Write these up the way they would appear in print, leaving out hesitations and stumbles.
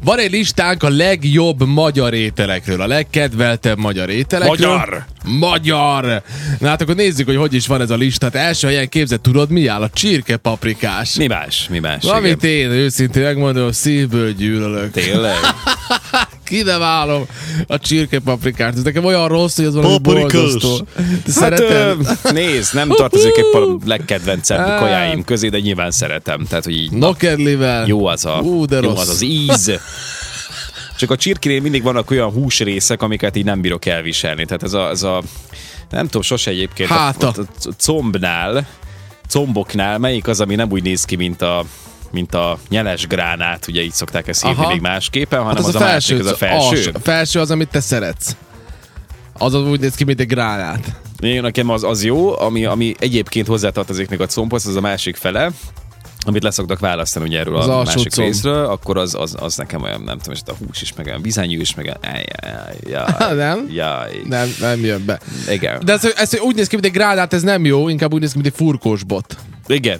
Van egy listánk a legjobb magyar ételekről, a legkedveltebb magyar ételekről. Magyar! Na hát akkor nézzük, hogy is van ez a lista. Hát első helyen képzeld, tudod mi áll? A csirkepaprikás. Mi más? Amit én őszintén megmondom, szívből gyűlölök. Tényleg? Ki nem állom a csirkepaprikást. Ez nekem olyan rossz, hogy az valami borzasztó. Szeretem? Nézd, nem tartozik épp a legkedvencebb kajáim közé, de nyilván szeretem. Tehát, hogy így Nokedlivel. Jó az az íz. Csak a csirkénél mindig vannak olyan húsrészek, amiket így nem bírok elviselni. Tehát ez a nem tudom, sose egyébként a comboknál melyik az, ami nem úgy néz ki, mint a nyeles gránát, ugye így szokták ezt hívni még másképpen, hanem hát az a másik, az a felső. A felső az, amit te szeretsz. Az úgy néz ki, mint egy gránát. Én nekem az jó, ami egyébként hozzátartozik még a combhoz, az a másik fele, amit leszoktak választani ugye erről a másik részről, akkor az nekem olyan, nem tudom, és a hús is, meg olyan bizányú is, meg nem jön be. Igen. De ez úgy néz ki, mint egy gránát, ez nem jó, inkább úgy néz ki, mint egy furkós bot. Igen.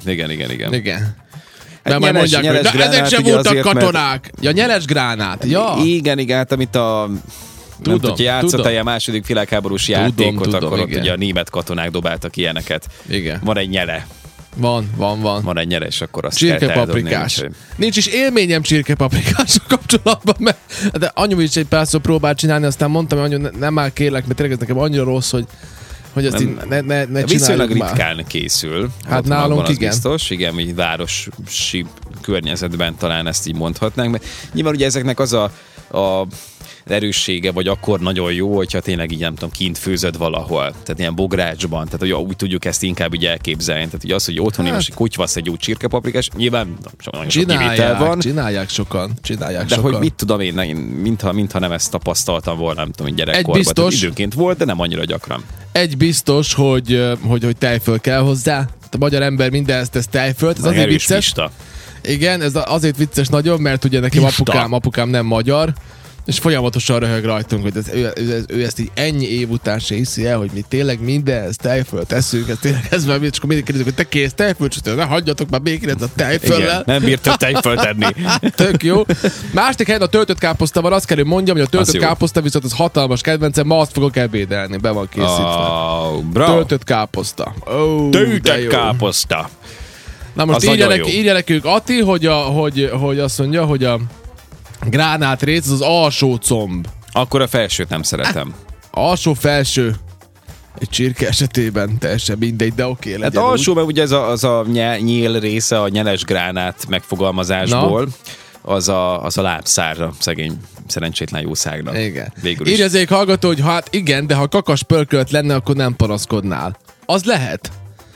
Hát majd mondják, hogy ezek sem voltak katonák. Ja, nyeles gránát. Ja. Igen, hát amit nem tudom, hogyha játszottál a második világháborús játékot, akkor ott ugye a német katonák dobáltak ilyeneket. Igen. Van egy nyele. Van. Van egy nyele, és akkor azt csirkepaprikás. Nincs is élményem csirkepaprikással kapcsolatban, de anyu is egy párszor próbált csinálni, aztán mondtam, hogy anyu, nem áll kérlek, mert tényleg ez nekem annyira rossz, hogy ezt így ne csináljuk. Viszonylag ritkán készül. Hát nálunk igen. Biztos, igen, így városi környezetben talán ezt így mondhatnánk, mert nyilván ugye ezeknek az a erőssége, vagy akkor nagyon jó, hogyha tényleg így nem tudom, kint főzöd valahol. Tehát ilyen bográcsban, tehát hogy úgy tudjuk ezt inkább így elképzelni. Tehát ugye az, hogy otthon most kutyvasz egy jó csirkepaprikás, nyilván nagyon sok kivétel van. Csinálják sokan. De hogy mit tudom én mintha nem ezt tapasztaltam volna, nem tudom, gyerekkorban. Biztos, időnként volt, de nem annyira gyakran. Egy biztos, hogy tejföl kell hozzá. A magyar ember mindenhez tesz tejfölt. Ez azért vicces. Pista. Igen, ez azért vicces nagyon, mert ugye nekem apukám nem magyar, és folyamatosan röhög rajtunk, hogy ő ezt így ennyi év után se hiszi el, hogy mi tényleg mindenhez tejfölt teszünk, ez tényleg ez már, és akkor mindig kérdezik, hogy te kész tejfölt, és ne hagyjatok már békét a tejföllel. Igen, nem bírtok tejfölt enni. Tök jó. Másik helyen a töltött káposzta van, azt kell, hogy mondjam, hogy a töltött káposzta viszont az hatalmas kedvencem, ma azt fogok ebédelni, be van készítve. Töltött káposzta. Töltött káposzta. Na most írja nekünk Ati, hogy azt mondja, hogy a gránát rész az alsó comb. Akkor a felsőt nem szeretem. Alsó-felső. Egy csirke esetében teljesen mindegy, de oké, legyen. Hát alsó, mert ugye ez a nyél része a nyeles gránát megfogalmazásból, az a lábszárra, szegény szerencsétlen jószágnak. Igen. Érezzék hallgató, hogy hát igen, de ha kakas pörkölt lenne, akkor nem panaszkodnál. Az lehet.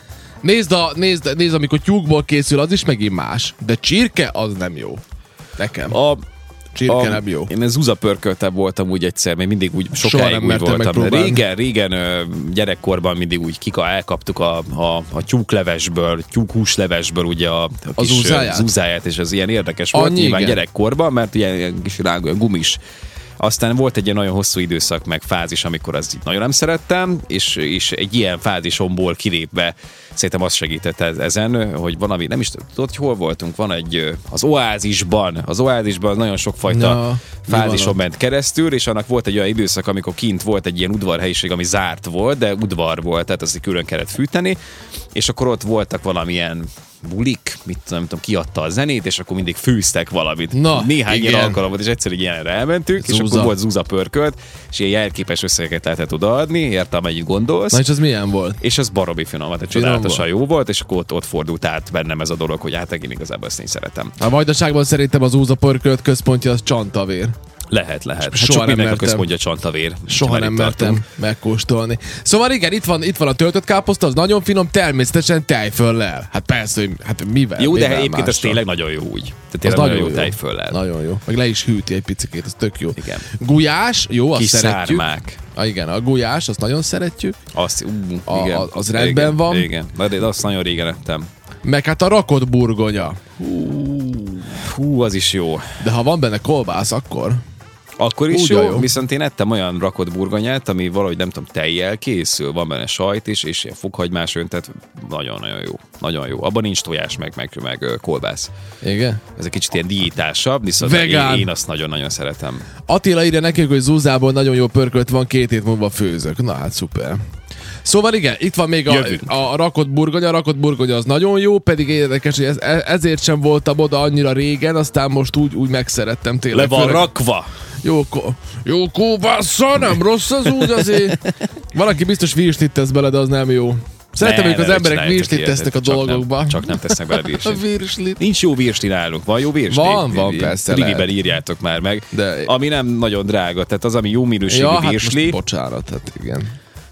Nézd, amikor tyúkból készül, az is megint más. De csirke, az nem jó. Nekem. Csirke nem jó. Én zuzapörköltebb voltam úgy egyszer, mert mindig úgy sokáig úgy voltam. Régen gyerekkorban mindig úgy elkaptuk a tyúklevesből, tyúkhúslevesből ugye a kis zúzáját, és az ilyen érdekes volt nyilván gyerekkorban, mert ilyen kis gumis. Aztán volt egy ilyen nagyon hosszú időszak, meg fázis, amikor azt nagyon nem szerettem, és egy ilyen fázisomból kilépve szerintem az segített ezen, hogy valami, nem is tudod, hogy hol voltunk, van az Oázisban nagyon sokfajta fázison ment keresztül, és annak volt egy olyan időszak, amikor kint volt egy ilyen udvarhelyiség, ami zárt volt, de udvar volt, tehát azt külön kellett fűteni, és akkor ott voltak valamilyen bulik, nem tudom, kiadta a zenét, és akkor mindig fűztek valamit. Néhány ilyen alkalommal, és egyszer ilyenre elmentünk, és akkor volt zuzapörkölt, és ilyen jelképes összegeket lehetett odaadni, értem, amennyit gondolsz. Na és az milyen volt? És az baromi finom, csodálatosan jó volt, és akkor ott fordult át bennem ez a dolog, hogy hát én igazából ezt én szeretem. A vajdaságban szerintem az zuzapörkölt központja az csantavér. Lehet. Soha nem mertem. Központja csantavér. Soha nem mertem megkóstolni. Szóval igen, itt van a töltött káposzta, az nagyon finom, természetesen tejföllel. Hát persze, hogy mivel? Jó, de egyébként ez tényleg nagyon jó úgy. Tehát nagyon jó tejföllel. Nagyon jó. Meg le is hűti egy picikét, ez tök jó. Igen. Gulyás, jó, azt szeretjük. Szármák. Igen, a gulyás, azt nagyon szeretjük. Igen. Az rendben van. Igen, de azt nagyon régen ettem. Meg hát a rakott burgonya. Hú, az is jó. De ha van benne kolbász, akkor... Akkor is jó, viszont én ettem olyan rakott burgonyát, ami valahogy nem tudom, tejjel készül, van benne sajt is, és ilyen fokhagymás öntet, nagyon-nagyon jó. Nagyon jó. Abban nincs tojás, meg kolbász. Igen? Ez egy kicsit ilyen diétásabb, viszont én azt nagyon-nagyon szeretem. Attila írja nekünk, hogy Zúzából nagyon jó pörkölt van, 2 hét múlva főzök. Na hát szuper. Szóval igen, itt van még a rakott burgonya. A rakott burgonya az nagyon jó, pedig érdekes, hogy ezért sem voltam oda annyira régen, aztán most úgy megszerettem tényleg. Le van rakva. Jó kóbásza, nem rossz az úgy azért. Valaki biztos virslit tesz bele, de az nem jó. Szeretem, hogy az emberek virslit tesznek a dolgokba. Csak nem tesznek bele virslit. Nincs jó virsli nálunk. Van jó virsli? Van, persze. Riviben írjátok már meg. De... Ami nem nagyon drága. Tehát az, ami jó minőségű virsli. Hát bocsánat, hát igen.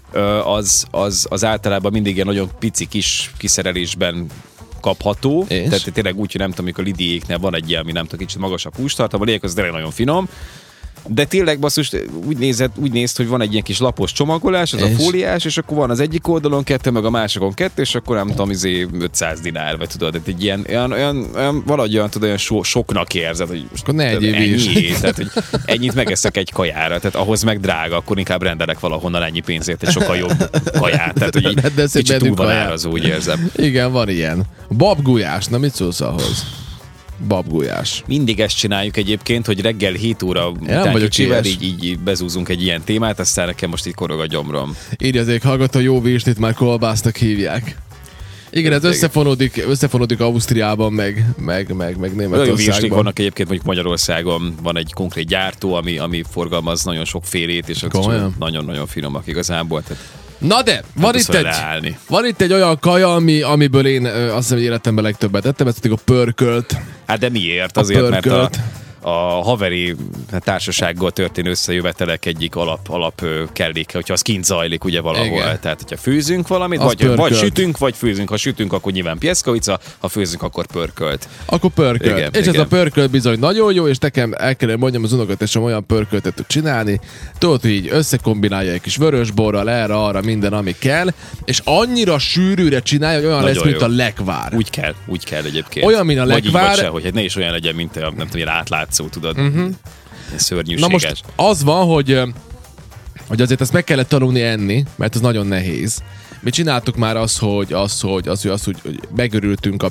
Az általában mindig ilyen nagyon pici kis kiszerelésben kapható. Tehát tényleg úgy, hogy nem tudom, amikor Lidiéknél van egy ilyen, ami nem tudom, kicsit magasabb hústartalom, a lényeg az tényleg nagyon finom. De tényleg basszus, úgy néz, hogy van egy ilyen kis lapos csomagolás, az a fóliás, és akkor van az egyik oldalon 2, meg a másikon 2, és akkor nem tudom, 500 dinár, vagy tudod, egy ilyen valahogy olyan, tudod, olyan soknak érzed, hogy akkor ne ennyi, tehát, hogy ennyit megeszek egy kajára, tehát ahhoz meg drága, akkor inkább rendelek valahonnan ennyi pénzért egy sokkal jobb kaját, tehát hogy így kicsit túl van árazó, úgy érzem. Igen, van ilyen. Babgulyás, na mit szólsz ahhoz? Babgulyás. Mindig ezt csináljuk egyébként, hogy reggel 7 óra után kicsivel így bezúzunk egy ilyen témát, aztán nekem most így korog a gyomrom. Így azért hallgató, jó virslit már kolbásznak hívják. Igen, ez összefonódik Ausztriában, meg Németországban. Olyan virslik vannak egyébként, mondjuk Magyarországon van egy konkrét gyártó, ami forgalmaz nagyon sok félét, és nagyon-nagyon finomak igazából. Tehát na de, van itt egy olyan kaja, amiből én azt hiszem, hogy életemben legtöbbet ettem, ez a pörkölt. Hát de miért? Azért, mert a haveri társasággal történő összejövetelek egyik alap kelléke, hogyha az kint zajlik ugye valahol. Igen. Tehát, hogyha főzünk valamit, vagy sütünk, vagy főzünk. Ha sütünk, akkor nyilván pieszkavica, ha főzünk, akkor pörkölt. Akkor pörkölt. Igen, és ez a pörkölt bizony nagyon jó, és nekem el kell mondjam, az unokatesem olyan pörköltet tud csinálni. Tudod, hogy így összekombinálja egy kis vörösborral, erre-arra minden, ami kell, és annyira sűrűre csinálja, hogy olyan nagyon lesz, mint a lekvár. Úgy kell egyébként. Olyan, mint a lekvár. Hogy ne is olyan legyen, mint nem tudom, ilyen átlátszó, tudod. Szörnyűséges. Na most az van, hogy azért ezt meg kellett tanulni enni, mert ez nagyon nehéz. Mi csináltuk már azt, hogy megörültünk,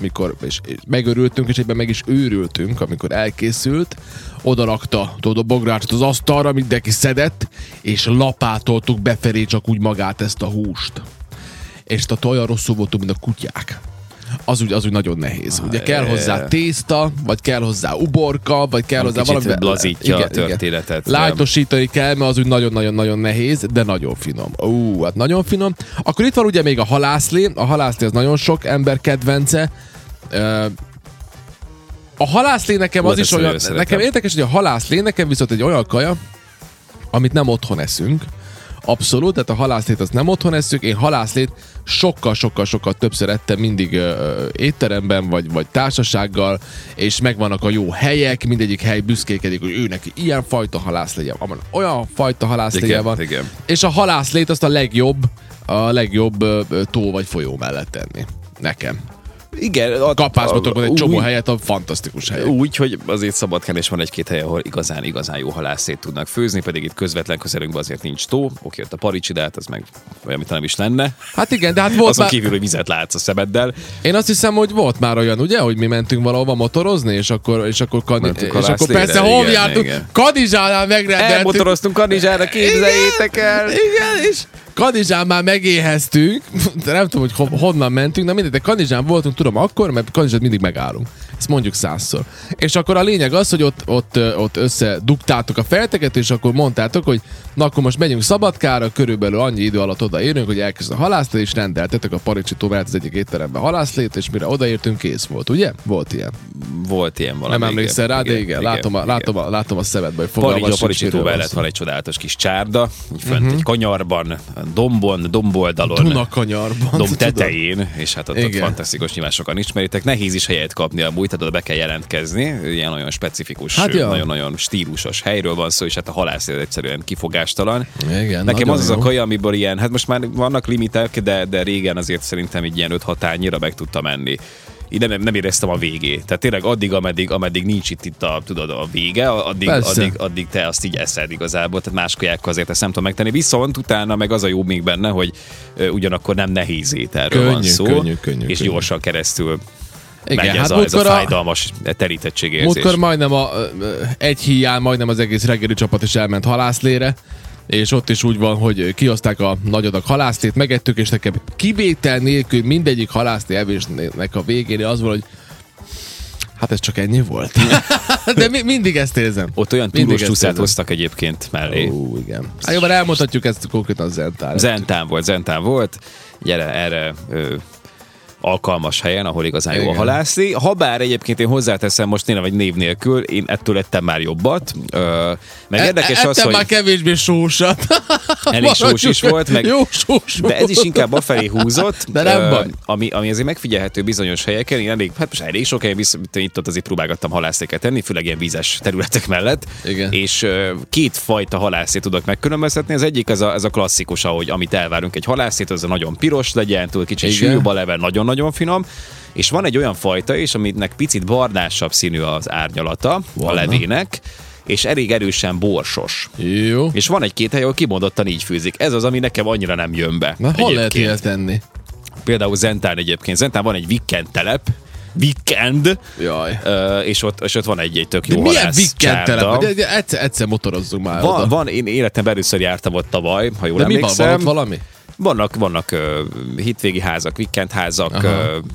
és egyben meg is őrültünk, amikor elkészült. Oda rakta, tudod, a bográcsot az asztalra, mindenki szedett, és lapátoltuk befelé csak úgy magát ezt a húst. És olyan rosszul voltunk, mint a kutyák. Az úgy nagyon nehéz. Ugye kell hozzá tészta, vagy kell hozzá uborka, vagy kell hozzá valami... Kicsit blazítja a történetet. Lájtosítani kell, mert az úgy nagyon-nagyon-nagyon nehéz, de nagyon finom. Hát nagyon finom. Akkor itt van ugye még a halászlé. A halászlé az nagyon sok ember kedvence. A halászlé nekem az is olyan... Nekem érdekes, hogy a halászlé nekem viszont egy olyan kaja, amit nem otthon eszünk. Abszolút, tehát a halászlét azt nem otthon eszünk, én halászlét sokkal többször ettem mindig étteremben, vagy társasággal, és megvannak a jó helyek, mindegyik hely büszkékedik, hogy ő neki ilyen fajta halászléje van, olyan fajta halászléje van, igen. És a halászlét azt a legjobb tó vagy folyó mellett tenni. Nekem. Igen, Kapásbotok van egy csomó helyet, a fantasztikus helyek. Úgy, hogy azért Szabadkán van egy-két hely, ahol igazán jó halászét tudnak főzni, pedig itt közvetlen közelünkben azért nincs tó. Oké, ott a Paricsidát, az meg olyan, mint nem is lenne. Hát igen, de hát volt azon kívül, hogy vizet látsz a szemeddel. Én azt hiszem, hogy volt már olyan, ugye, hogy mi mentünk valahova motorozni, és akkor persze hol jártunk, Kanizsánál megrendeltünk. Elmotoroztunk Kanizsára, képzeljétek el. Igen, és Kanizsán már megéheztünk, de nem tudom, hogy honnan mentünk, de mindegy, de Kanizsán voltunk, tudom akkor, mert Kanizsán mindig megállunk. Ezt mondjuk 100-szor. És akkor a lényeg az, hogy ott összedugtátok a felteket, és akkor mondtátok, hogy na akkor most megyünk Szabadkára, körülbelül annyi idő alatt odaérünk, hogy elkezd a halászlét, és rendeltetek a Paricsi mellett az egyik étteremben halászlét, és mire odaértünk, kész volt, ugye? Volt ilyen. Volt ilyen valami. Nem emlékszel rá, de igen. Látom a szemedbe, hogy fogalmas. A Paricsi mellett van egy csodálatos kis csárda, így fönt egy kanyarban, domboldalon, Dunakanyarban, domb tetején, és hát ott fantasztikus, nyilván sokan ismeritek. Nehéz is helyet kapni amúgy, tehát oda be kell jelentkezni, ilyen nagyon specifikus, nagyon stílusos helyről van szó, és hát a halász egyszerűen kifogástalan. Igen, nekem az a kaja, amiből ilyen, hát most már vannak limitek, de régen azért szerintem így ilyen 5-6 tányira meg tudtam menni. nem éreztem a végét. Tehát tényleg ameddig nincs itt a vége, addig te azt így eszed igazából, tehát más kajákkal azért ezt nem tudom megtenni. Viszont utána meg az a jó még benne, hogy ugyanakkor nem nehéz ételről van szó, és gyorsan keresztül megy ez a fájdalmas terítettségérzés. Múltkor majdnem egy híján majdnem az egész reggeli csapat is elment halászlére, és ott is úgy van, hogy kihozták a nagy adag halászlét, megettük, és nekem kivétel nélkül mindegyik halászlé evésnek a végén az volt, hogy hát ez csak ennyi volt. De mindig ezt érzem. Ott olyan túros csúszát hoztak egyébként mellé. Ó, igen. Hát jó, már elmondhatjuk ezt konkrétan Zentán volt. Gyere, erre alkalmas helyen, ahol igazán jó a halászni. Habár egyébként én hozzáteszem most tényleg vagy név nélkül, én ettől ettem már jobbat. Meg érdekes az, hogy... már kevésbé sósat. Elég sós is volt, meg... Jó sós de ez is inkább afelé húzott. De nem baj. Ami azért megfigyelhető bizonyos helyeken, én elég sok helyen itt-ott azért próbálgattam halászéket tenni, főleg ilyen vízes területek mellett. Igen. És két fajta halászét tudok megkülönböztetni. Az egyik ez a klasszikus, amit elvárunk egy halászét, az a nagyon piros legyen, túl kicsit sűrűbb level, nagyon finom, és van egy olyan fajta is, aminek picit barnásabb színű az árnyalata, a levének, és elég erősen borsos. Jó. És van egy-két hely, ahol kimondottan így főzik. Ez az, ami nekem annyira nem jön be. Na, hol lehet ilyet tenni? Például Zentán egyébként. Zentán van egy weekend telep, Weekend. Jaj. És ott van egy tök jó halász. Milyen weekend telep? Egyszer motorozzunk már van, én életemben először jártam ott tavaly, ha jól emlékszem. Van ott valami? Vannak hétvégi házak, weekendházak,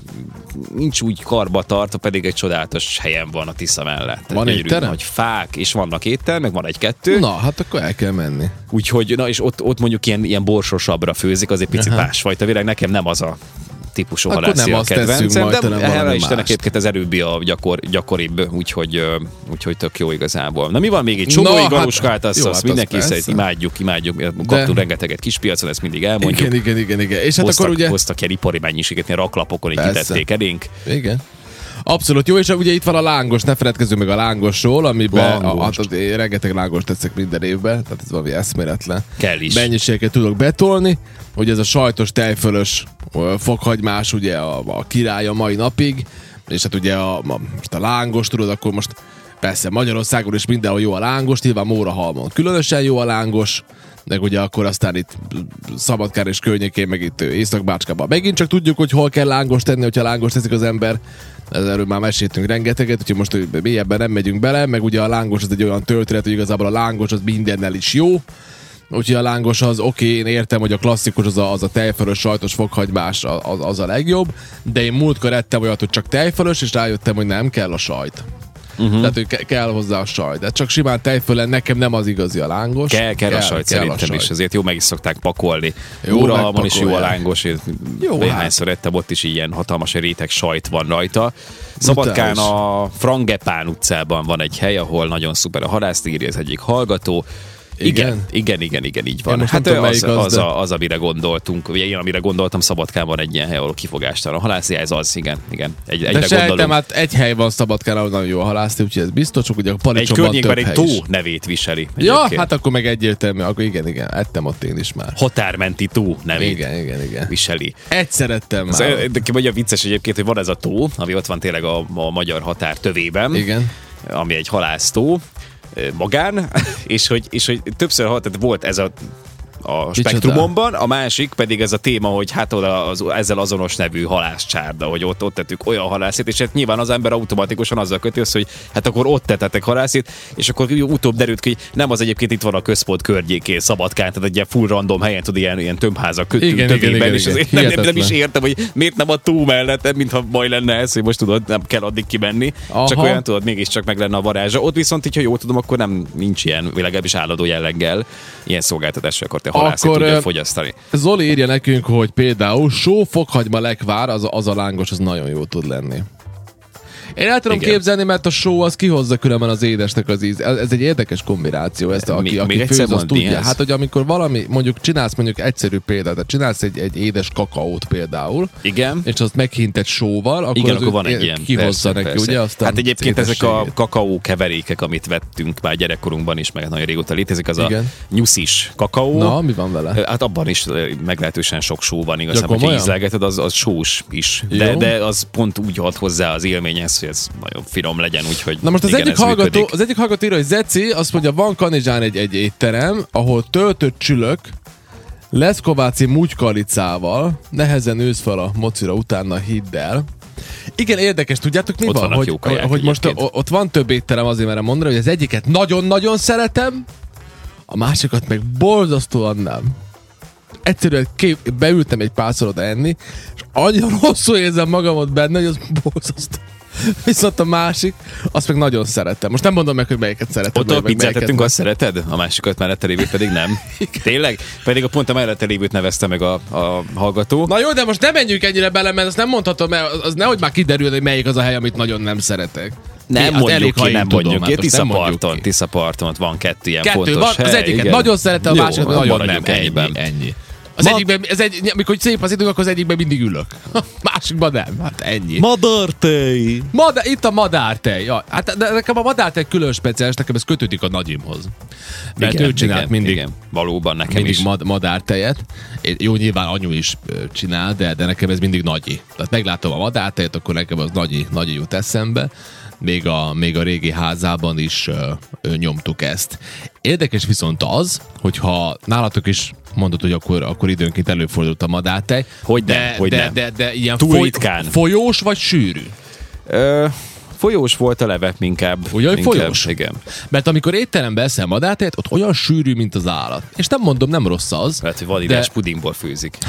nincs úgy karba tartva, pedig egy csodálatos helyen van a Tisza mellett. Van étterem? Nagy fák, és vannak étterem, meg van egy-kettő. Na, hát akkor el kell menni. Úgyhogy, és ott mondjuk ilyen borsosabbra főzik, az egy picit másfajta világ, nekem nem az a típusú halászi a kedvencem, de hála Istennek egyébként az erőbbi a gyakoribb, úgyhogy tök jó igazából. Na mi van még egy csomói galuskát, azt mindenki szerint imádjuk, kaptunk rengeteget kispiacon, ezt mindig elmondjuk. Igen. És hát akkor ugye... Hoztak ilyen ipari mennyiséget, ilyen raklapokon, így kitették elénk. Igen. Abszolút jó, és ugye itt van a lángos, ne feledkezzünk meg a lángosról, amiben rengeteg lángos teszek minden évben, tehát ez valami eszméletlen. Kell is. Mennyiséget tudok betolni, hogy ez a sajtos, tejfölös fokhagymás, ugye a király a mai napig, és hát ugye most a lángos, tudod, akkor most persze Magyarországon is mindenhol jó a lángos, nyilván Mórahalmon különösen jó a lángos, de ugye akkor aztán itt Szabadkán és környékén, meg itt Észak-Bácskában megint csak tudjuk, hogy hol kell lángos tenni, hogyha lángos teszik az ember. Erről már meséltünk rengeteget, úgyhogy most mélyebben nem megyünk bele, meg ugye a lángos az egy olyan történet, hogy igazából a lángos az mindennel is jó. Úgyhogy a lángos az én értem, hogy a klasszikus az a tejfölös, sajtos fokhagymás az a legjobb, de én múltkor ettem olyat, hogy csak tejfölös, és rájöttem, hogy nem kell a sajt. Tehát, hogy kell hozzá a sajt. De csak simán tejfölen nekem nem az igazi a lángos. Kell a sajt szerintem is, azért jó meg is szokták pakolni. Mórahalmon is jó a lángos, néhányszor ettem, ott is ilyen hatalmas réteg sajt van rajta. Szabadkán a Frangepán utcában van egy hely, ahol nagyon szuper a halász, írja az egyik hallgató. Igen, így van. Hát az, amire gondoltunk, vagy én amire gondoltam, Szabadkán van egy ilyen hely, ahol kifogástalan a halászi, ez az, igen. De sejtem, hát egy hely van Szabadkán, ahol nagyon jó a halászi, úgyhogy ez biztos, csak ugye a Palicsonban több hely is. Egy környékben egy tó nevét viseli. Ja, hát akkor meg egyértelmű, akkor igen, ettem ott én is már. Határmenti tó nevét igen. viseli. Egyszer ettem már. De vagy a vicces egyébként, hogy van ez a tó, ami ott van tényleg a magyar határ tövében. Igen. Ami egy halásztó. Magán, és hogy többször volt ez a spektrumomban, a másik pedig ez a téma, hogy hát oda ezzel azonos nevű halászcsárda, hogy ott tettük olyan halászét, és hát nyilván az ember automatikusan azzal köti össze, hogy hát akkor ott tettek halászét, és akkor utóbb derült ki, hogy nem az egyébként itt van a központ környékén, Szabadkán, tehát egy ilyen full random helyen tud ilyen tömbházak tövében, és azért nem is értem, hogy miért nem a tó mellett, mintha baj lenne ez, hogy most tudod, nem kell addig kimenni, csak olyan tudod, mégiscsak meg lenne a varázsa. Ott viszont így, ha jól tudom, akkor nincs ilyen, legalábbis állandó jelleggel ilyen szolgáltatás, akkor halászét tudja fogyasztani. Zoli írja nekünk, hogy például só, fokhagyma, lekvár, az a lángos, az nagyon jó tud lenni. Én el tudom képzelni, mert a só az kihozza különben az édesnek az íz. Ez egy érdekes kombináció, ezt aki főz, az tudja. Hát, hogy amikor valami, csinálsz egyszerű példát, tehát csinálsz egy édes kakaót például, igen, és azt meghinted sóval, akkor, igen, akkor van egy ilyen, kihozza persze, neki, ugye? Hát egyébként ezek a kakaó keverékek, amit vettünk már gyerekkorunkban is, meg nagyon régóta létezik, az igen. A nyuszis kakaó. Na, mi van vele? Hát abban is meglehetősen sok só van igazából, hogyha ízlelgeted, az sós is. De az pont úgy ad hozzá az élményhez, hogy ez nagyon finom legyen, úgyhogy na most az egyik hallgató írja, hogy Zeci azt mondja, van Kanizsán egy étterem, ahol töltött csülök, leszkováci mutykalicával, nehezen ősz fel a mocira, utána hidd el. Igen, érdekes, tudjátok mi ott van? Hogy most ott van több étterem, azért merem mondani, hogy az egyiket nagyon-nagyon szeretem, a másikat meg borzasztóan nem. Egyszerűen beültem egy párszor oda enni, és annyira rosszul érzem magamat benne, hogy az borzasztó. Viszont a másik, azt meg nagyon szeretem. Most nem mondom meg, hogy melyiket szeretem. Ott a pizzát azt szereted? A másikat mellette lévőt pedig nem. Tényleg? Pedig a pont a mellette lévőt nevezte meg a hallgató. Na jó, de most nem menjünk ennyire bele, mert azt nem mondhatom, mert az nehogy már kiderül, hogy melyik az a hely, amit nagyon nem szeretek. Nem mondjuk ki. Tiszaparton ott van kettő ilyen fontos van, hely. Az egyiket igen. nagyon szeretem, a másikat nagyon nem. Ennyi. Az egyikben, amikor szép az idők, akkor az egyikben mindig ülök. A másikban nem. Hát ennyi. Madártej. Itt a madártej. Ja, hát de nekem a madártej külön speciális, nekem ez kötődik a nagyimhoz. Mert igen, ő csinált mindig. Igen. Valóban nekem mindig is. Madártejet. Jó, nyilván anyu is csinál, de nekem ez mindig nagyi. Tehát meglátom a madártejet, akkor nekem az nagyi jut eszembe. Még a régi házában is nyomtuk ezt. Érdekes viszont az, hogyha nálatok is mondod, hogy akkor időnként előfordult a madártej. De ilyen folyós vagy sűrű? Folyós volt a leve inkább. Ugye, hogy folyós? Igen. Mert amikor étterembe eszel madártejet, ott olyan sűrű, mint az állat. És nem mondom, nem rossz az. Lehet, hogy vadidás pudingból főzik.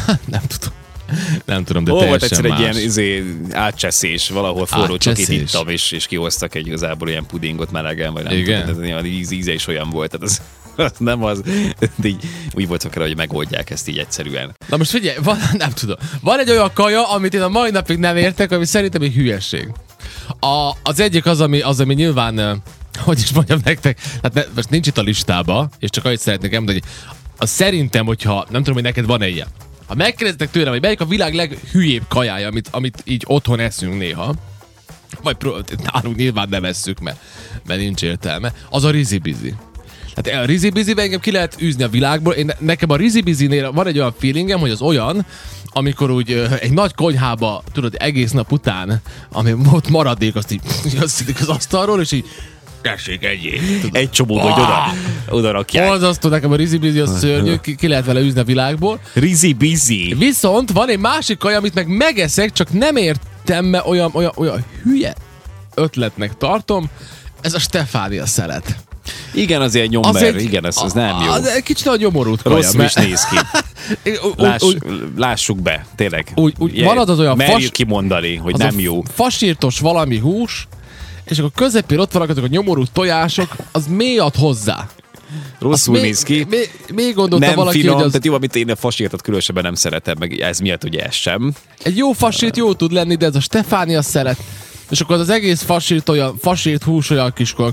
Nem tudom, de volt egyszer egy ilyen átcseszés, valahol forró csokit ittam, és kihoztak egy igazából ilyen pudingot melegen, vagy nem igen. tudom, az íze is olyan volt, tehát az nem az, így, úgy voltak rá, hogy megoldják ezt így egyszerűen. Na most figyelj, nem tudom. Van egy olyan kaja, amit én a mai napig nem értek, ami szerintem egy hülyesség. Az egyik az, ami nyilván, hogy is mondjam nektek, hát most nincs itt a listába, és csak annyit szeretnék elmondani, hogy szerintem, hogyha, nem tudom, hogy neked van-e ilyen. Ha megkérdeztek tőlem, hogy melyik a világ leghülyébb kajája, amit így otthon eszünk néha, vagy nálunk nyilván nem esszük, mert nincs értelme, az a rizibizi. Hát a rizibizivel engem ki lehet űzni a világból. Nekem a rizibizinél van egy olyan feelingem, hogy az olyan, amikor úgy egy nagy konyhába, tudod, egész nap után, ami ott maradék, azt így az asztalról, és így tessék, egyé. Egy csomó, hogy oda rakják. Borzasztó, nekem a rizibizi az szörnyű, ki lehet vele űzni a világból. Rizibizi. Viszont van egy másik kaja, amit meg megeszek, csak nem értem, mert olyan hülye ötletnek tartom, ez a Stefánia szelet. Igen, azért nyommer, igen, ez nem jó. Az egy kicsit a nyomorult kaja. Rosszul is néz ki. Lássuk be, tényleg. Van az olyan merjük kimondani, hogy nem jó. Fasírtos valami hús, és akkor közepén ott vannak azok a nyomorult tojások, az mély ad hozzá. Rosszul néz ki. Még gondolta nem valaki, finom, hogy az... tehát jó, amit én a fasírtot különösebben nem szeretem, meg ez miatt ugye ez sem. Egy jó fasírt jó tud lenni, de ez a Stefánia szeret. És akkor az egész fasírt hús olyan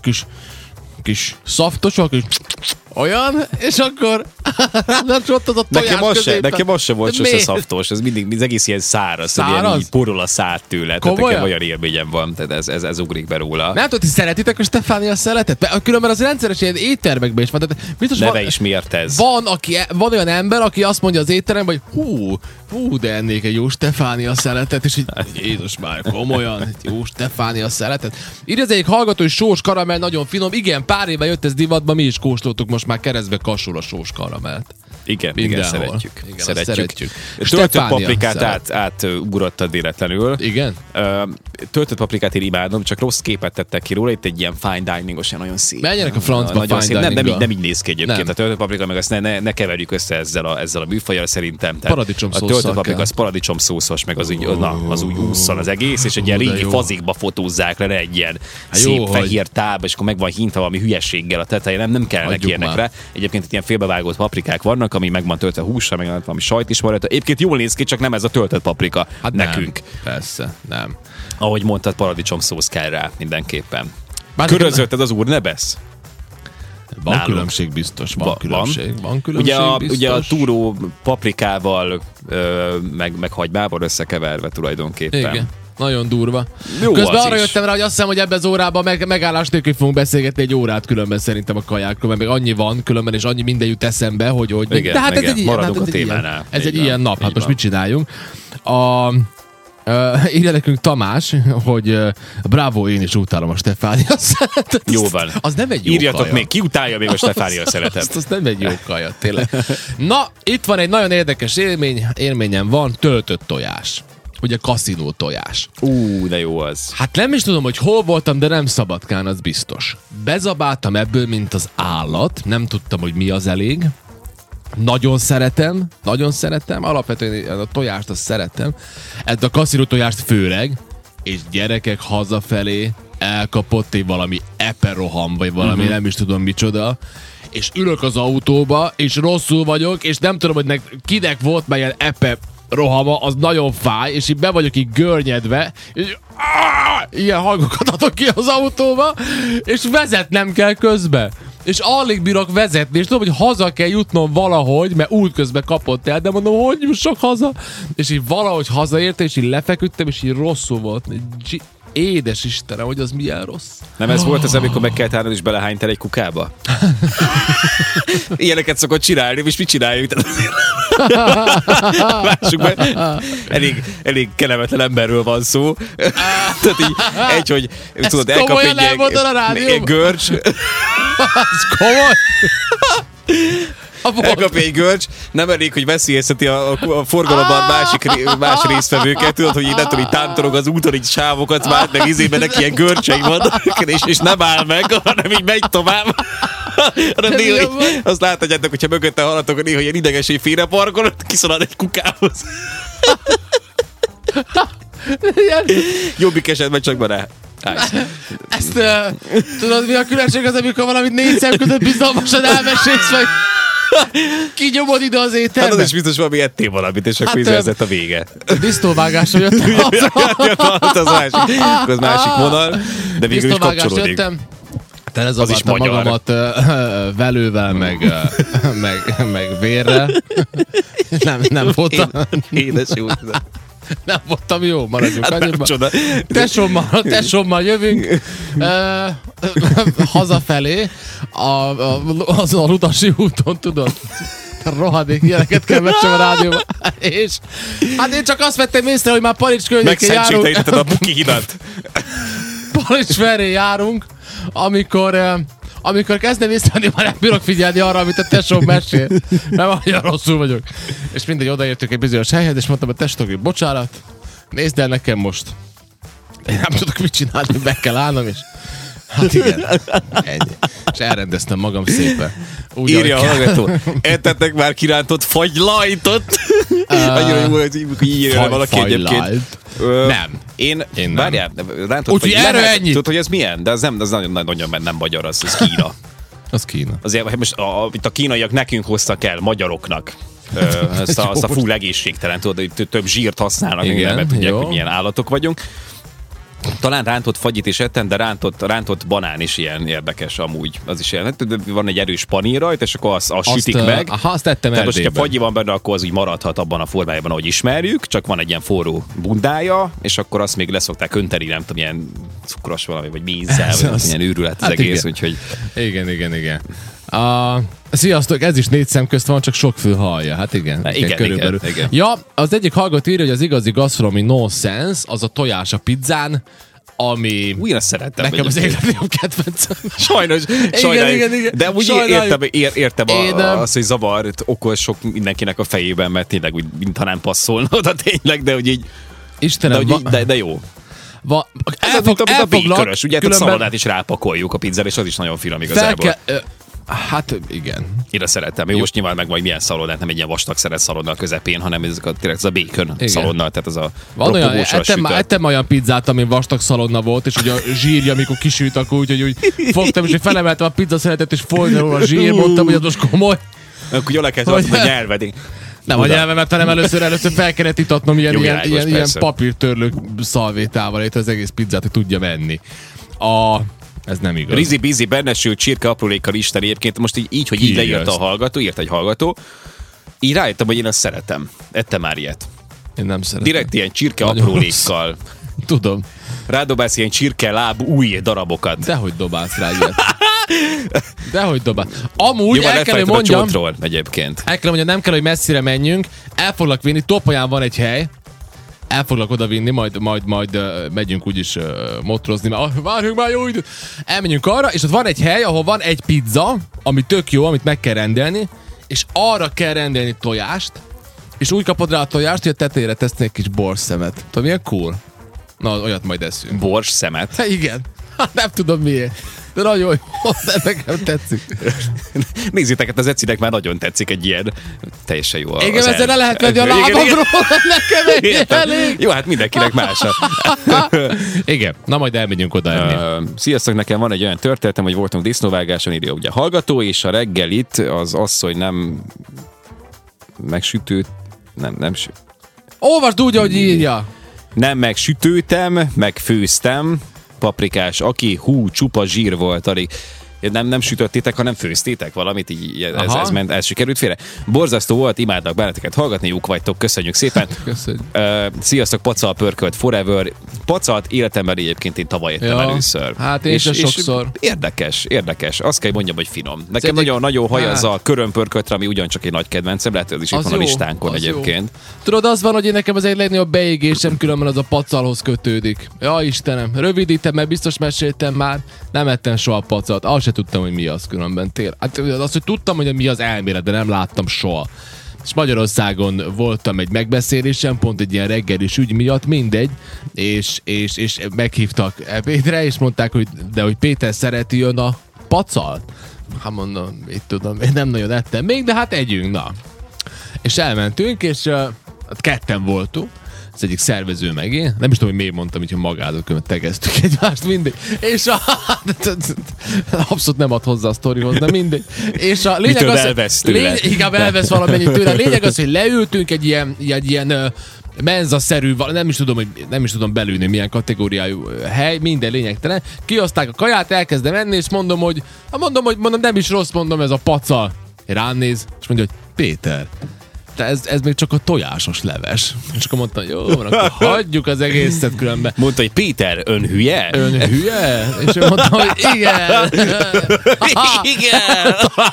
kis szaftos, olyan, és akkor ott az a tojás nekem az sem volt sose szaftos, ez mindig az egész ilyen száraz, így porol a szád tőle. Tehát nekem olyan élményem van, tehát ez ugrik be róla. Nem tudod, hogy szeretitek a Stefánia szeletet? Különben az rendszeres ilyen éttermekben is van. Tehát biztos neve is miért ez? Van olyan ember, aki azt mondja az étteremben, hogy hú, de ennék egy jó Stefánia szeletet, és így, Jézus már, komolyan, egy jó Stefánia szeletet. Írja az egyik hallgató, hogy sós karamell nagyon finom. Igen, pár éve jött ez divatba, mi is kóstoltuk, most már keresztbe kassul a sós karamelt. Igen, szeretjük. Töltött paprikát átugrottad véletlenül. Igen? Töltött paprikát én imádom, csak rossz képet tettek ki róla, itt egy ilyen fine diningos, nagyon szép. Menjenek a francba fine dining. Nem így néz ki egyébként. A töltött paprika, meg azt ne keverjük össze ezzel a műfajjal szerintem. Paradicsomszósszal. A töltött paprika az paradicsomszószos, meg az úgy ússzal az egész, és egy ilyen régi fazikba fotózzák le egy ilyen szép fehér táb, és akkor meg van hintva valami hülyeséggel a tetején, nem kellene ilyenek rá. Egyébként itt ilyen félbevágott paprikák vannak, ami meg van töltve hússal, meg valami sajt is van rajta. Egyébként jól néz ki, csak nem ez a töltött paprika. Hát nekünk. Nem, persze, nem. Ahogy mondtad, paradicsom szósz kell rá mindenképpen. Körözötted az úrnebesz? Van különbség biztos, van különbség ugye a túró paprikával meg hagymával összekeverve tulajdonképpen. Igen. Nagyon durva. Jó, közben arra jöttem rá, hogy azt hiszem, hogy ebben az órában megállás nélkül fogunk beszélgetni egy órát különben szerintem a kajákról, mert annyi van különben, és annyi minden jut eszembe, hogy... Igen, de hát ez egy maradunk a témánál. Ez egy ilyen nap, hát most mit csináljunk? Írja nekünk Tamás, hogy bravo, én is utálom a Stefánia szeretet. Jó van. Az nem egy jó Írjatok kaja. még, ki utálja még a Stefánia szeretet. Az nem egy jó kaja, tényleg. Na, itt van egy nagyon érdekes élményem van, töltött tojás. Ugye kaszinó tojás. De jó az. Hát nem is tudom, hogy hol voltam, de nem Szabadkán, az biztos. Bezabáltam ebből, mint az állat. Nem tudtam, hogy mi az elég. Nagyon szeretem. Alapvetően a tojást azt szeretem. Ezt a kaszinó tojást főleg. És gyerekek hazafelé elkapott egy valami eperoham, vagy valami nem is tudom micsoda. És ülök az autóba, és rosszul vagyok, és nem tudom, hogy kinek volt már ilyen rohama, az nagyon fáj, és így be vagyok így görnyedve, és ilyen hangokat adok ki az autóba, és vezetnem kell közbe. És alig bírok vezetni, és tudom, hogy haza kell jutnom valahogy, mert útközben kapott el, de mondom, hogy jussak haza? És így valahogy hazaértem, és így lefeküdtem, és így rosszul volt. Édes Istenem, hogy az milyen rossz. Nem ez volt az, amikor meg kellett állnod, és belehánytál egy kukába? Ilyeneket szokott csinálni, és mit csináljuk? Lássuk be, elég kellemetlen emberről van szó. Tehát így, hogy tudod, elkap egy görcs. Ez komoly? Elkapja egy görcs, nem elég, hogy veszélyezteti a forgalomban más résztvevőket, tudod, hogy így nem tudom, így tántorog az úton, így sávokat vált, meg izében neki ilyen görcsei vannak, és nem áll meg, hanem így megy tovább. Hanem néha, azt láthatjátok, hogyha mögötte hallatok, néha ilyen idegesé félreparkol, kiszalad egy kukához. Jobbik esetben csak bará. Ezt tudod, mi a különbség az, amikor valamit 4 szem között bizalmasan elmesélsz, vagy kinyomod ide az ételbe. Hát az is biztos valami ettél valamit, és akkor izvezett a vége. Disznóvágásra jöttem az másik vonal, de végül is kapcsolódik. Jöttem. Telezavartam magamat velővel, meg vérre. Nem voltam. Édes jó. Nem voltam jó, maradjunk annyiban. Tesómmal jövünk hazafelé azon utasi úton, tudod? Rohadék ilyeneket kell mesem a rádióban. És hát én csak azt vettem észre, hogy már Palics környékén járunk. Megszentségtelenített a Buki hidat. Palics felé járunk, amikor kezdem észrevenni, már nem bírok figyelni arra, amit a tesóm mesél. Nem, olyan rosszul vagyok. És mindegy, odaértük egy bizonyos helyhez, és mondtam a testók, hogy bocsánat, nézd el nekem most. Én nem tudok mit csinálni, meg kell állnom, és hát igen, ennyi. És elrendeztem magam szépen. Úgy, írja a hallgató, ettetek már kirántott fagylajtot? Annyira jó, hogy írja valaki egyébként. Nem. Én nem. Várjál, rántott úgyhogy erről ennyit. Tudod, hogy ez milyen? De az nagyon nem magyar, az Kína. Az Kína. Azért most itt a kínaiak nekünk hoztak el, magyaroknak. Azt a full egészségtelen, tudod, hogy több zsírt használnak, mert tudják, hogy milyen állatok vagyunk. Talán rántott fagyit is ettem, de rántott banán is ilyen érdekes amúgy. Az is ilyen. Van egy erős panír rajta, és akkor azt sütik meg. Azt ettem tehát most, ha fagyi van benne, akkor az úgy maradhat abban a formájában, ahogy ismerjük, csak van egy ilyen forró bundája, és akkor azt még leszokták önteni, nem tudom, ilyen cukros valami, vagy mézzel, vagy ilyen őrület az egész, igen. Úgyhogy... Igen. Sziasztok, ez is 4 szem közt van, csak sok fő hallja. Hát igen, körülbelül. Igen. Ja, az egyik hallgató írja, hogy az igazi gasztronomi nonsense, az a tojás a pizzán, ami... Újra szerettem. Nekem az életlegjobb kedvencem. Sajnos. Igen. De úgy értem azt, hogy zavart okos sok mindenkinek a fejében, mert tényleg úgy, mintha nem passzolna oda tényleg, de hogy így... Istenem, de jó. Elfoglak, ugye a szalonnát is rápakoljuk a pizzára, és az is nagyon finom igazából. Hát igen. Én szerettem. Jó, most nyilván meg majd milyen szalonnát, nem egy ilyen vastag szeret szalonna a közepén, hanem tényleg ez a bacon szalonna, tehát az a ropogósra sütött. Ettem olyan pizzát, ami vastag szalonna volt, és ugye a zsírja, amikor kisült, akkor úgy fogtam, és felemeltem a pizza szeretet, és folyt róla a zsír, mondtam, hogy az most komoly. Akkor jól kell tartani a nyelvedik. Nem a nyelvemet, hanem először fel kellett itatnom ilyen papírtörlők szalvétával, itt az egész pizzát, hogy tudja menni. Ez nem igaz. Rizi-bizi, bennesült csirke aprólékkal Isten egyébként. Most így hogy így leírta a hallgató, írt egy hallgató. Így rájöttem, hogy én azt szeretem. Ettem már ilyet. Én nem szeretem. Direkt ilyen csirke aprólékkal. Tudom. Rádobálsz ilyen csirke láb új darabokat. Dehogy dobálsz rá ilyet. Dehogy dobálsz. Amúgy el kell, hogy mondjam, egyébként. El kell mondjam, nem kell, hogy messzire menjünk. El foglak vinni, Topolyán van egy hely. El foglak oda vinni, majd megyünk úgyis motorozni. Várjunk már, jó időt! Elmenjünk arra, és ott van egy hely, ahol van egy pizza, ami tök jó, amit meg kell rendelni, és arra kell rendelni tojást, és úgy kapod rá a tojást, hogy a tetejére tesznek egy kis borsszemet. Tudom, milyen cool? Na, olyat majd eszünk. Borsszemet? Hát igen. Nem tudom miért. De nagyon jó, de nekem tetszik. Nézzétek, hát az Ecinek már nagyon tetszik egy ilyen teljesen jó. Igen, ezzel le lehet venni a lábamról, nekem egy elég. Jó, hát mindenkinek más. Igen, na majd elmegyünk oda enni. Sziasztok, nekem van egy olyan történetem, hogy voltunk disznóvágáson, írja ugye hallgató, és a reggelit az asszony nem megsütőt, nem olvasd úgy, ahogy írja. Nem megsütőtem, megfőztem, paprikás, aki csupa zsír volt, alig. Nem sütöttétek, hanem főztétek valamit, így ez sikerült félre. Borzasztó volt, imádnak benneteket hallgatni, jók vagytok, köszönjük szépen. Köszönjük. Sziasztok, Pacal pörkölt forever. Pacalt életemben egyébként én tavaly ettem először. Hát én is sokszor. Érdekes. Azt kell mondjam, hogy finom. Nekem nagyon haj az a körömpörköltre, ami ugyancsak egy nagy kedvencem, lehet, hogy ez is itt van a listánkon egyébként. Jó. Tudod, az van, hogy én nekem az egy legnagyobb beégésem, különben az a pacalhoz kötődik. Ja, Istenem, rövidítem, mert biztos meséltem már, nem ettem soha pacalt. Azt se tudtam, hogy mi az különben. Hát azt, hogy tudtam, hogy mi az elmélet, de nem láttam soha. És Magyarországon voltam egy megbeszélésen, pont egy ilyen reggelis ügy miatt, mindegy, és meghívtak ebédre, és mondták, hogy Péter szereti jön a pacalt. Hát mondom, mit tudom, én nem nagyon ettem még, de hát együnk, na. És elmentünk, és ketten voltunk. Az egyik szervező meg én. Nem is tudom, hogy miért mondtam, hogy magádat tegeztük egymást, mindegy. És abszolút nem ad hozzá a sztorihoz, de mindegy. És a lényeg az, inkább elvesz valamennyit tőle. A lényeg az, hogy leültünk egy ilyen menzaszerű, nem is tudom belülni, milyen kategóriájú hely, minden lényegtelen. Kihozták a kaját, elkezdem enni, és mondom, nem is rossz, mondom, ez a pacal. Rám néz, és mondja, hogy Péter, de ez még csak a tojásos leves. És akkor mondtam, jó, akkor hagyjuk az egészet különben. Mondta, hogy Péter, ön hülye? Ön hülye? És ő mondta, hogy igen. Igen.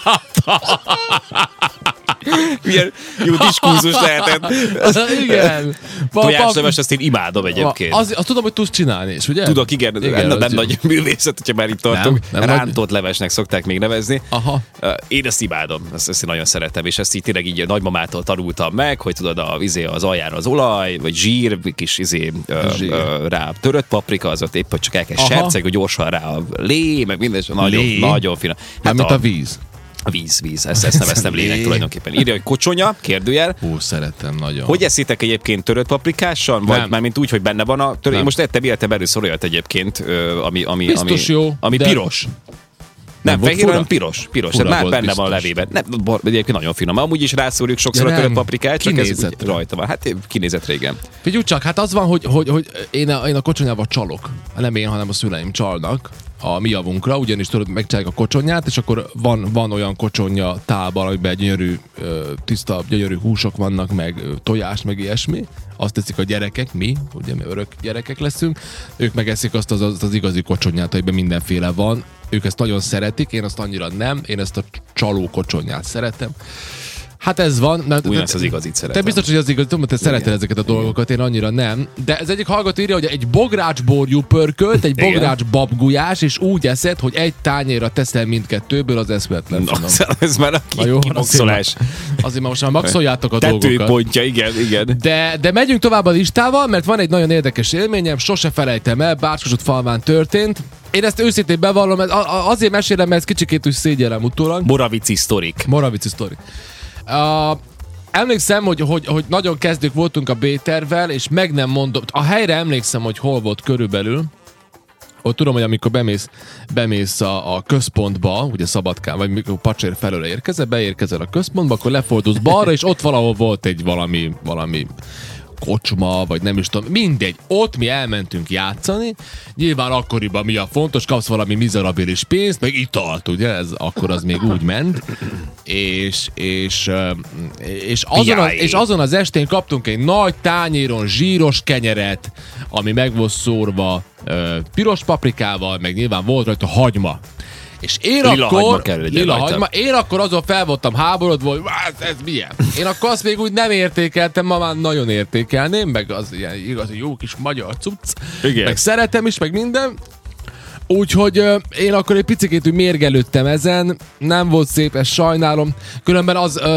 Milyen jó diskurzus lehetett. Igen. Tojásleves, azt én imádom egyébként. Azt tudom, hogy tudsz csinálni is, ugye? Tudok, igen nem nagy művészet, hogyha már itt tartunk. Rántott levesnek szokták még nevezni. Aha. Én ezt imádom, ezt én nagyon szeretem, és ezt így tényleg így nagymamától tanultam meg, hogy tudod, az aljára az olaj, vagy zsír, kis rá törött paprika, az ott épp, hogy csak elkezd serceg, hogy gyorsan rá a lé, meg minden, nagyon finom. Hát mint a víz. A víz, ezt neveztem lének tulajdonképpen. Írja, hogy kocsonya, kérdőjel. Szeretem nagyon. Hogy eszitek egyébként törött paprikással? Vagy már mint úgy, hogy benne van a törött? Én most ettem életemben először olyat egyébként, ami piros. Nem, fehér, hanem piros. Tehát már benne biztos van a levében. Egyébként nagyon finom. Amúgy is rászúrjuk sokszor a törött paprikát, csak ez úgy rajta van. Hát kinézett régen. Figyelj csak, hát az van, hogy én a kocsonyával csalok. Nem én, hanem a szüleim csalnak a mi javunkra, ugyanis tudod, megcsinálják a kocsonyát, és akkor van olyan kocsonya tálban, amiben gyönyörű, tiszta, gyönyörű húsok vannak, meg tojás, meg ilyesmi. Azt teszik a gyerekek, mi örök gyerekek leszünk, ők megeszik azt az igazi kocsonyát, amiben mindenféle van. Ők ezt nagyon szeretik, én azt annyira nem, én ezt a csaló kocsonyát szeretem. Hát ez van. Ugyanazt az igazit szeretem. Te biztos, hogy az igaz, tudom, te szereted ezeket a dolgokat, én annyira nem. De ez egyik hallgató írja, hogy egy bográcsborjú pörkölt, egy bogrács babgulyás, és úgy eszed, hogy egy tányérra teszel mindkettőből, az eszméletlen finom. Ez már a kiboxolás. Azért most már maxoljátok a dolgokat. Tetőpontja, igen. De megyünk tovább a listával, mert van egy nagyon érdekes élményem, sose felejtem el, Bácskosútfalván történt. Én ezt őszintén bevallom, azért mesélem, mert ez kicsikét úgy szégyellem utólag. Moravici sztorik. Emlékszem, hogy nagyon kezdők voltunk a B-tervvel, és meg nem mondom, a helyre emlékszem, hogy hol volt körülbelül, Ott tudom, hogy amikor bemész a központba, ugye Szabadkán, vagy mikor Pacsér felől beérkezel a központba, akkor lefordulsz balra, és ott valahol volt egy valami kocsma, vagy nem is tudom, mindegy. Ott mi elmentünk játszani, nyilván akkoriban mi a fontos, kapsz valami mizerabilis pénzt, meg italt, ugye, akkor az még úgy ment, és azon az estén kaptunk egy nagy tányéron zsíros kenyeret, ami meg volt szórva piros paprikával, meg nyilván volt rajta hagyma. És én akkor azon fel voltam háborodva, hogy ez milyen. Én akkor azt még úgy nem értékeltem, ma már nagyon értékelném, meg az ilyen igazi jó kis magyar cucc, igen. Meg szeretem is, meg minden. Úgyhogy én akkor egy picikét úgy mérgelődtem ezen, nem volt szép, ezt sajnálom. Különben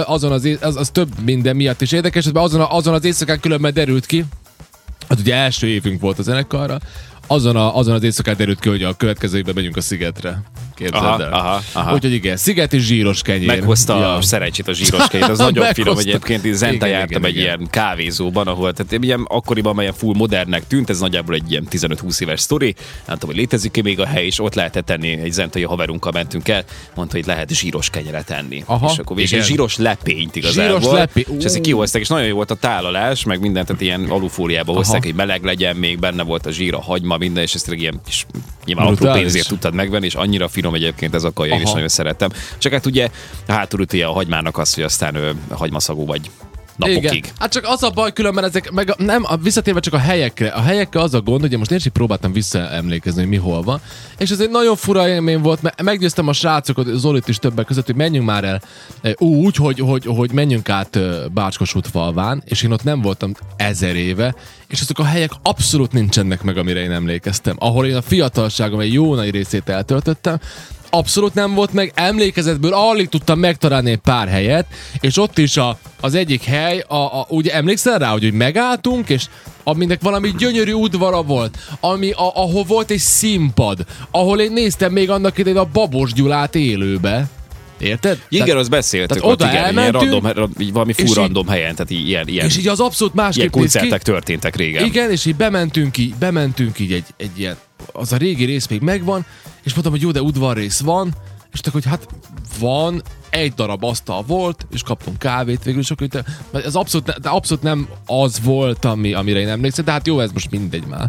az több minden miatt is érdekes, azon az éjszakán különben derült ki, hát ugye első évünk volt a zenekarra, azon az éjszakán derült ki, hogy a következő évben megyünk a Szigetre. Képzeld el. Úgyhogy igen, Sziget és zsíros kenyér. Meghozta a szerencsét a zsíros kenyér. Az nagyon finom egyébként. Én Zenta jártam egy ilyen kávézóban, ahol tehát ilyen akkoriban melyen full modernnek tűnt, ez nagyjából egy ilyen 15-20 éves sztori. Nem tudom, hogy létezik-e még a hely, és ott lehetett tenni, egy zentai haverunkkal mentünk el, mondta, hogy lehet zsíros kenyeret enni. És akkor végül zsíros lepényt igazából. És ezt kihozták, és nagyon jó volt a tálalás, meg mindent, tehát ilyen alufóliába hozták, hogy meleg legyen, még benne volt a zsír, a hagyma, minden, és ezt ilyen kis nyilván apró pénzért tudtad megvenni, és annyira finom egyébként ez a kaja, én is nagyon szerettem. Csak hát ugye hátulütője a hagymának az, hogy aztán hagymaszagú vagy napokig. Igen. Hát csak az a baj, különben ezek, meg visszatérve csak a helyekre. A helyekkel az a gond, hogy most én is próbáltam visszaemlékezni, hogy mi hol van. És ez egy nagyon fura élmény volt, mert meggyőztem a srácokat, Zolit is többek között, hogy menjünk már el úgy, hogy menjünk át Bácskosútfalván, és én ott nem voltam 1000 éve, és azok a helyek abszolút nincsenek meg, amire én emlékeztem. Ahol én a fiatalságom egy jó nagy részét eltöltöttem, abszolút nem volt meg, emlékezetből alig tudtam megtalálni egy pár helyet, és ott is az egyik hely, ugye emlékszel rá, hogy megálltunk, és aminek valami gyönyörű udvara volt, ahol volt egy színpad, ahol én néztem még annak idején a Babos Gyulát élőbe. Érted? Igen, azt beszéltük. Tehát oda elmentünk, valami full random helyen, tehát ilyen és így az abszolút másképp koncertek történtek régen. Igen, és így bementünk így egy ilyen, az a régi rész még megvan, és mondtam, hogy jó, de udvarrész van, és csak, hogy hát van, egy darab asztal volt, és kaptunk kávét végül, és akkor ez abszolút nem az volt, amire én emlékszem, de hát jó, ez most mindegy már.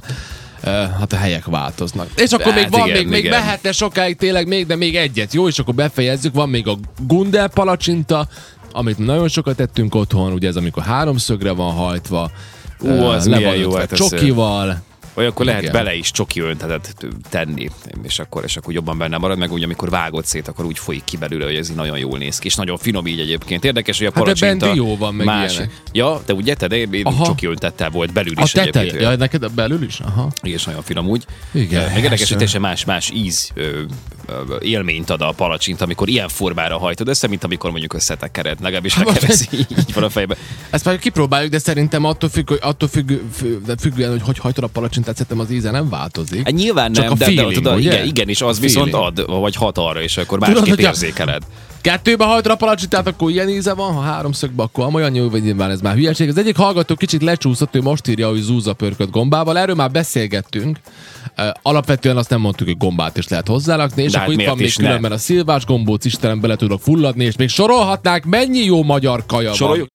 Hát a helyek változnak. És akkor még van, még mehetne sokáig tényleg de még egyet, jó? És akkor befejezzük, van még a Gundel palacsinta, amit nagyon sokat tettünk otthon, ugye ez amikor háromszögre van hajtva, az le van jó, hát csokival. Olyankor lehet bele is csoki öntetet tenni, és akkor jobban benne marad, meg úgy, amikor vágod szét, akkor úgy folyik ki belőle, hogy ez így nagyon jól néz ki, és nagyon finom így egyébként. Érdekes, hogy a palacsinta hát jó van, meg más. Ilyenek. Ja, de ugye te, de csoki öntettel volt belül is egyébként. Ja, neked belül is? Aha. Igen, nagyon finom úgy. Igen. Meg érdekes, hogy teljesen más íz élményt ad a palacsinta, amikor ilyen formára hajtod össze, mint amikor mondjuk összetekered. Legalábbis nekem ez így van a fejben. Ezt már kipróbáljuk, de szerintem attól függően, hogy hajtod a palacsintát, szerintem az íze nem változik. Hát nyilván csak nem, de igenis, az viszont ad, vagy hat arra, és akkor másképp érzékeled. Kettőbe hajtod a palacsintát, akkor ilyen íze van, ha háromszögbe, akkor olyan jó, vagy nyilván ez már hülyeség. Az egyik hallgató kicsit lecsúszott, ő most írja, hogy zúza pörkölt gombával. Erről már beszélgettünk. Alapvetően azt nem mondtuk, hogy gombát is lehet hozzárakni, és akkor itt van még különben a szilvás gombóc, Istenem, bele tudok fulladni, és még sorolhatnánk, mennyi jó magyar kaja van.